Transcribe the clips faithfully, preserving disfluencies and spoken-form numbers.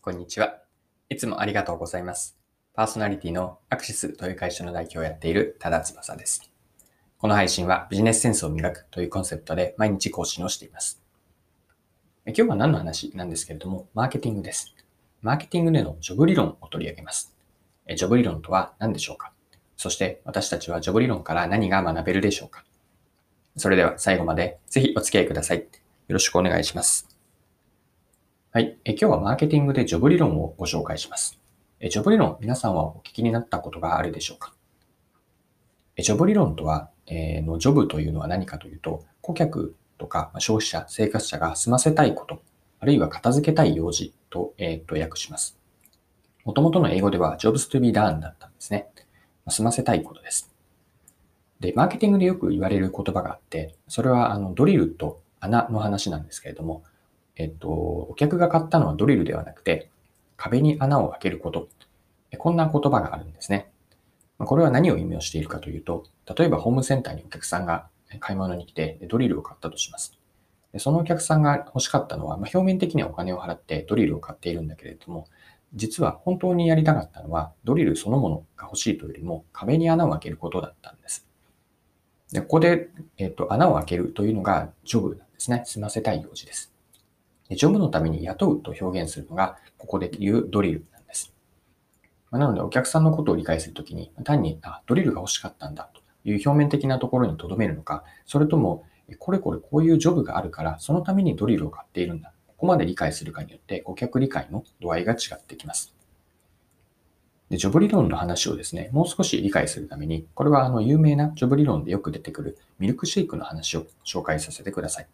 こんにちは。いつもありがとうございます。パーソナリティのアクシスという会社の代表をやっている多田翼です。この配信はビジネスセンスを磨くというコンセプトで毎日更新をしています。今日は何の話なんですけれども、マーケティングです。マーケティングでのジョブ理論を取り上げます。ジョブ理論とは何でしょうか？そして私たちはジョブ理論から何が学べるでしょうか？それでは最後までぜひお付き合いください。よろしくお願いします。はい。え今日はマーケティングでジョブ理論をご紹介します。えジョブ理論、皆さんはお聞きになったことがあるでしょうか？えジョブ理論とは、えーのジョブというのは何かというと、顧客とか消費者、生活者が済ませたいこと、あるいは片付けたい用事と、えー、と訳します。もともとの英語では jobs to be done だったんですね。済ませたいことです。で、マーケティングでよく言われる言葉があって、それはあのドリルと穴の話なんですけれども、えっと、お客が買ったのはドリルではなくて、壁に穴を開けること。こんな言葉があるんですね。これは何を意味をしているかというと、例えばホームセンターにお客さんが買い物に来てドリルを買ったとします。そのお客さんが欲しかったのは、表面的にはお金を払ってドリルを買っているんだけれども、実は本当にやりたかったのはドリルそのものが欲しいというよりも壁に穴を開けることだったんです。でここで、えっと、穴を開けるというのがジョブなんですね。済ませたい用事です。でジョブのために雇うと表現するのが、ここで言うドリルなんです。なので、お客さんのことを理解するときに、単にあドリルが欲しかったんだという表面的なところに留めるのか、それとも、これこれこういうジョブがあるから、そのためにドリルを買っているんだ。ここまで理解するかによって、顧客理解の度合いが違ってきます。で、ジョブ理論の話をですね、もう少し理解するために、これはあの有名なジョブ理論でよく出てくるミルクシェイクの話を紹介させてください。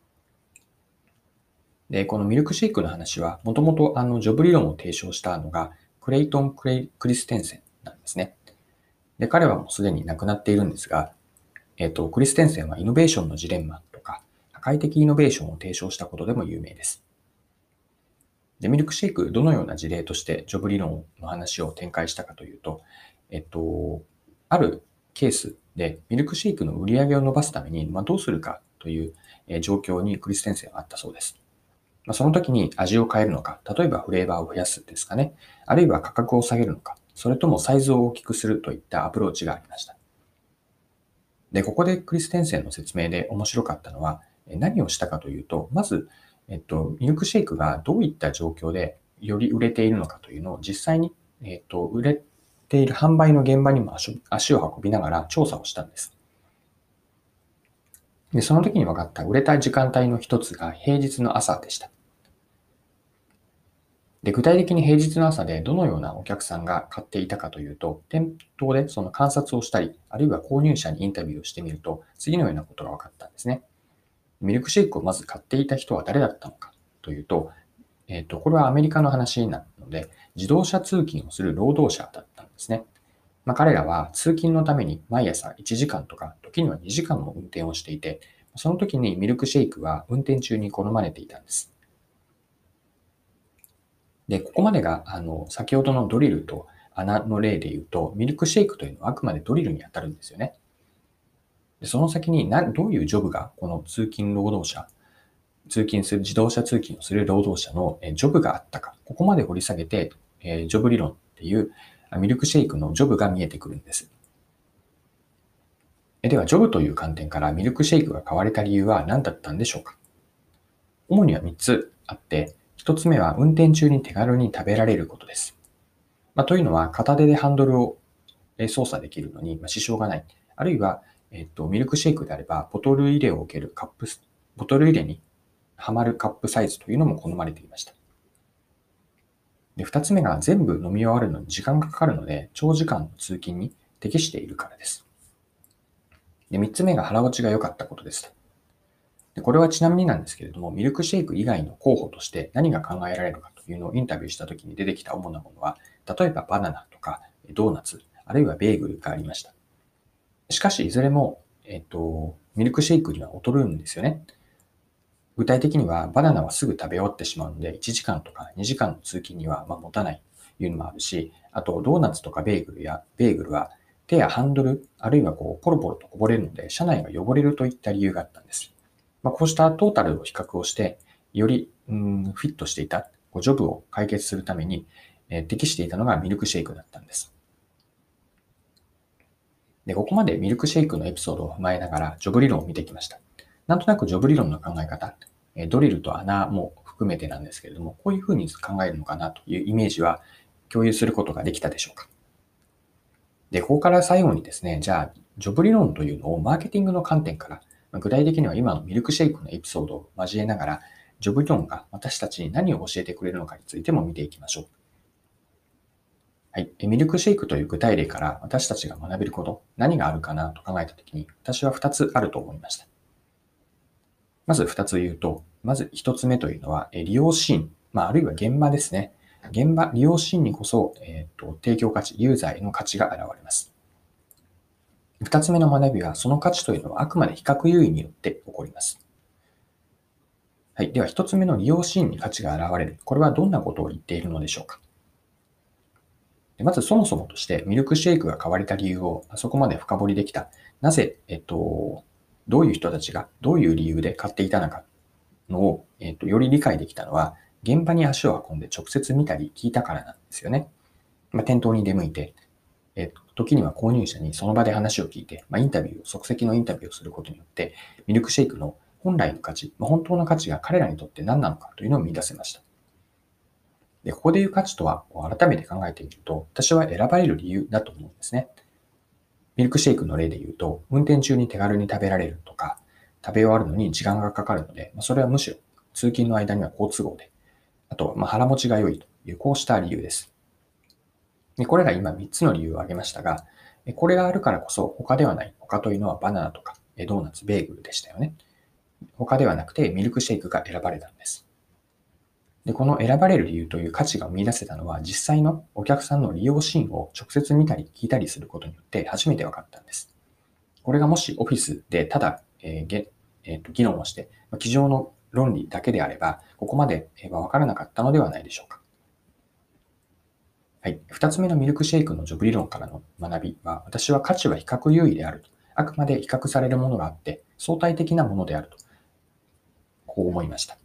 で、このミルクシェイクの話は、もともとあのジョブ理論を提唱したのが、クレイトン・クレイクリステンセンなんですね。で、彼はもうすでに亡くなっているんですが、えっと、クリステンセンはイノベーションのジレンマとか、破壊的イノベーションを提唱したことでも有名です。で、ミルクシェイク、どのような事例としてジョブ理論の話を展開したかというと、えっと、あるケースでミルクシェイクの売り上げを伸ばすために、まあ、どうするかという状況にクリステンセンはあったそうです。まあ、その時に味を変えるのか、例えばフレーバーを増やすですかね、あるいは価格を下げるのか、それともサイズを大きくするといったアプローチがありました。で、ここでクリステンセンの説明で面白かったのは、何をしたかというと、まず、えっと、ミルクシェイクがどういった状況でより売れているのかというのを実際に、えっと、売れている販売の現場にも足足を運びながら調査をしたんです。で、その時に分かった売れた時間帯の一つが平日の朝でした。で、具体的に平日の朝でどのようなお客さんが買っていたかというと、店頭でその観察をしたり、あるいは購入者にインタビューをしてみると、次のようなことが分かったんですね。ミルクシェイクをまず買っていた人は誰だったのかというと、えっと、これはアメリカの話なので、自動車通勤をする労働者だったんですね。まあ、彼らは通勤のために毎朝いちじかんとか、時にはにじかんも運転をしていて、その時にミルクシェイクは運転中に好まれていたんです。で、ここまでが、あの、先ほどのドリルと穴の例で言うと、ミルクシェイクというのはあくまでドリルに当たるんですよね。でその先に何、どういうジョブが、この通勤労働者、通勤する、自動車通勤をする労働者のジョブがあったか、ここまで掘り下げて、えジョブ理論っていうミルクシェイクのジョブが見えてくるんです。では、ジョブという観点からミルクシェイクが買われた理由は何だったんでしょうか？主にはみっつあって、ひとつめは運転中に手軽に食べられることです。まあ、というのは、片手でハンドルを操作できるのに支障がない。あるいは、えっと、ミルクシェイクであれば、ボトル入れを受けるカップ、ボトル入れにはまるカップサイズというのも好まれていました。で、二つ目が全部飲み終わるのに時間がかかるので、長時間の通勤に適しているからです。で、三つ目が腹落ちが良かったことです。で、これはちなみになんですけれども、ミルクシェイク以外の候補として何が考えられるかというのをインタビューしたときに出てきた主なものは、例えばバナナとかドーナツ、あるいはベーグルがありました。しかし、いずれも、えっと、ミルクシェイクには劣るんですよね。具体的には、バナナはすぐ食べ終わってしまうので、いちじかんとかにじかんの通勤にはまあ持たないというのもあるし、あと、ドーナツとかベーグルや、ベーグルは手やハンドル、あるいはこう、ポロポロとこぼれるので、車内が汚れるといった理由があったんです。まあ、こうしたトータルを比較をして、より、うん、フィットしていた、 こうジョブを解決するために、えー適していたのがミルクシェイクだったんです。で、ここまでミルクシェイクのエピソードを踏まえながらジョブ理論を見てきました。なんとなくジョブ理論の考え方、えードリルと穴も含めてなんですけれども、こういうふうに考えるのかなというイメージは共有することができたでしょうか。で、ここから最後にですね、じゃあ、ジョブ理論というのをマーケティングの観点から、まあ具体的には今のミルクシェイクのエピソードを交えながら、ジョブ理論が私たちに何を教えてくれるのかについても見ていきましょう。はい。えミルクシェイクという具体例から私たちが学べること、何があるかなと考えたときに、私はふたつあると思いました。まずふたつ言うと、まずひとつめというのは、え利用シーン、まあ、あるいは現場ですね。現場、利用シーンにこそ、えーと、提供価値、ユーザーへの価値が現れます。二つ目の学びは、その価値というのはあくまで比較優位によって起こります。はい。では、一つ目の利用シーンに価値が現れる。これはどんなことを言っているのでしょうか。でまず、そもそもとして、ミルクシェイクが買われた理由をそこまで深掘りできた。なぜ、えっと、どういう人たちがどういう理由で買っていたのかのを、えっと、より理解できたのは、現場に足を運んで直接見たり聞いたからなんですよね。まあ、店頭に出向いて、えー時には購入者にその場で話を聞いて、まあ、インタビューを、即席のインタビューをすることによって、ミルクシェイクの本来の価値、まあ、本当の価値が彼らにとって何なのかというのを見出せました。で、ここでいう価値とは、改めて考えてみると、私は選ばれる理由だと思うんですね。ミルクシェイクの例で言うと、運転中に手軽に食べられるとか、食べ終わるのに時間がかかるので、まあ、それはむしろ通勤の間には好都合で、あとはまあ腹持ちが良いという、こうした理由です。でこれら今みっつの理由を挙げましたが、これがあるからこそ他ではない。他というのはバナナとかドーナツ、ベーグルでしたよね。他ではなくてミルクシェイクが選ばれたんです。で、この選ばれる理由という価値が見出せたのは実際のお客さんの利用シーンを直接見たり聞いたりすることによって初めて分かったんです。これがもしオフィスでただ、えーげえー、と議論をして、机上の論理だけであれば、ここまでは分からなかったのではないでしょうか。はい。二つ目のミルクシェイクのジョブ理論からの学びは、私は価値は比較優位であると。あくまで比較されるものがあって、相対的なものであると。こう思いました。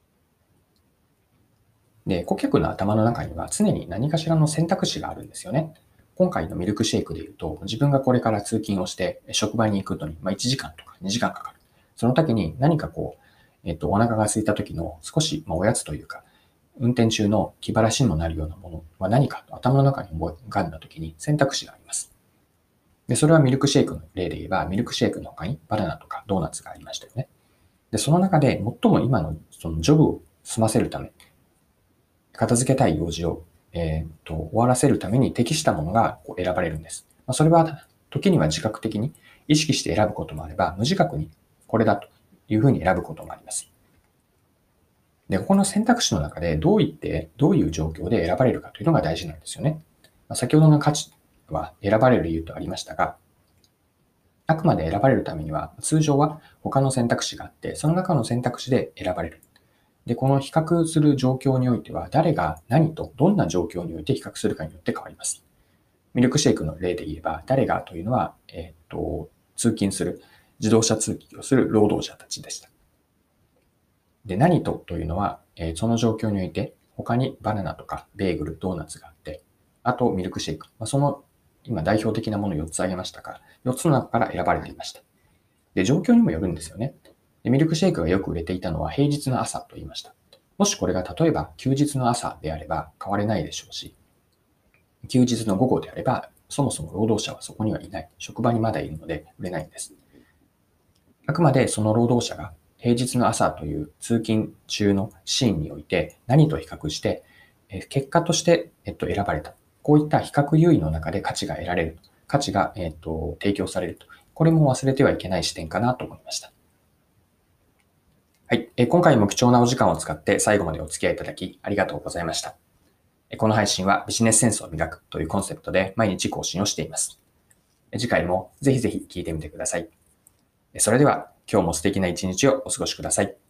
で、顧客の頭の中には常に何かしらの選択肢があるんですよね。今回のミルクシェイクで言うと、自分がこれから通勤をして職場に行くのに、まあ、いちじかんとかにじかんかかる。その時に何かこう、えっと、お腹が空いた時の少し、まあ、おやつというか、運転中の気晴らしにもなるようなものは何かと頭の中に思い浮かんだときに選択肢があります。で、それはミルクシェイクの例で言えば、ミルクシェイクの他にバナナとかドーナツがありましたよね。で、その中で最も今のそのジョブを済ませるため、片付けたい用事を、えー、と終わらせるために適したものがこう選ばれるんです。まあ、それは時には自覚的に意識して選ぶこともあれば、無自覚にこれだというふうに選ぶこともあります。で、ここの選択肢の中でどう言って、どういう状況で選ばれるかというのが大事なんですよね。まあ、先ほどの価値は選ばれる理由とありましたが、あくまで選ばれるためには、通常は他の選択肢があって、その中の選択肢で選ばれる。で、この比較する状況においては、誰が何とどんな状況において比較するかによって変わります。ミルクシェイクの例で言えば、誰がというのは、えーっと、通勤する、自動車通勤をする労働者たちでした。で、何とというのは、えーその状況において、他にバナナとかベーグル、ドーナツがあって、あとミルクシェイク。まあ、その今代表的なものをよっつ挙げましたが、よっつの中から選ばれていました。で、状況にもよるんですよね。でミルクシェイクがよく売れていたのは平日の朝と言いました。もしこれが例えば休日の朝であれば買われないでしょうし、休日の午後であれば、そもそも労働者はそこにはいない。職場にまだいるので売れないんです。あくまでその労働者が平日の朝という通勤中のシーンにおいて何と比較して、結果として、えっと、選ばれた。こういった比較優位の中で価値が得られる。価値が、えっと、提供されると。これも忘れてはいけない視点かなと思いました。はい。今回も貴重なお時間を使って最後までお付き合いいただきありがとうございました。この配信はビジネスセンスを磨くというコンセプトで毎日更新をしています。次回もぜひぜひ聞いてみてください。それでは今日も素敵な一日をお過ごしください。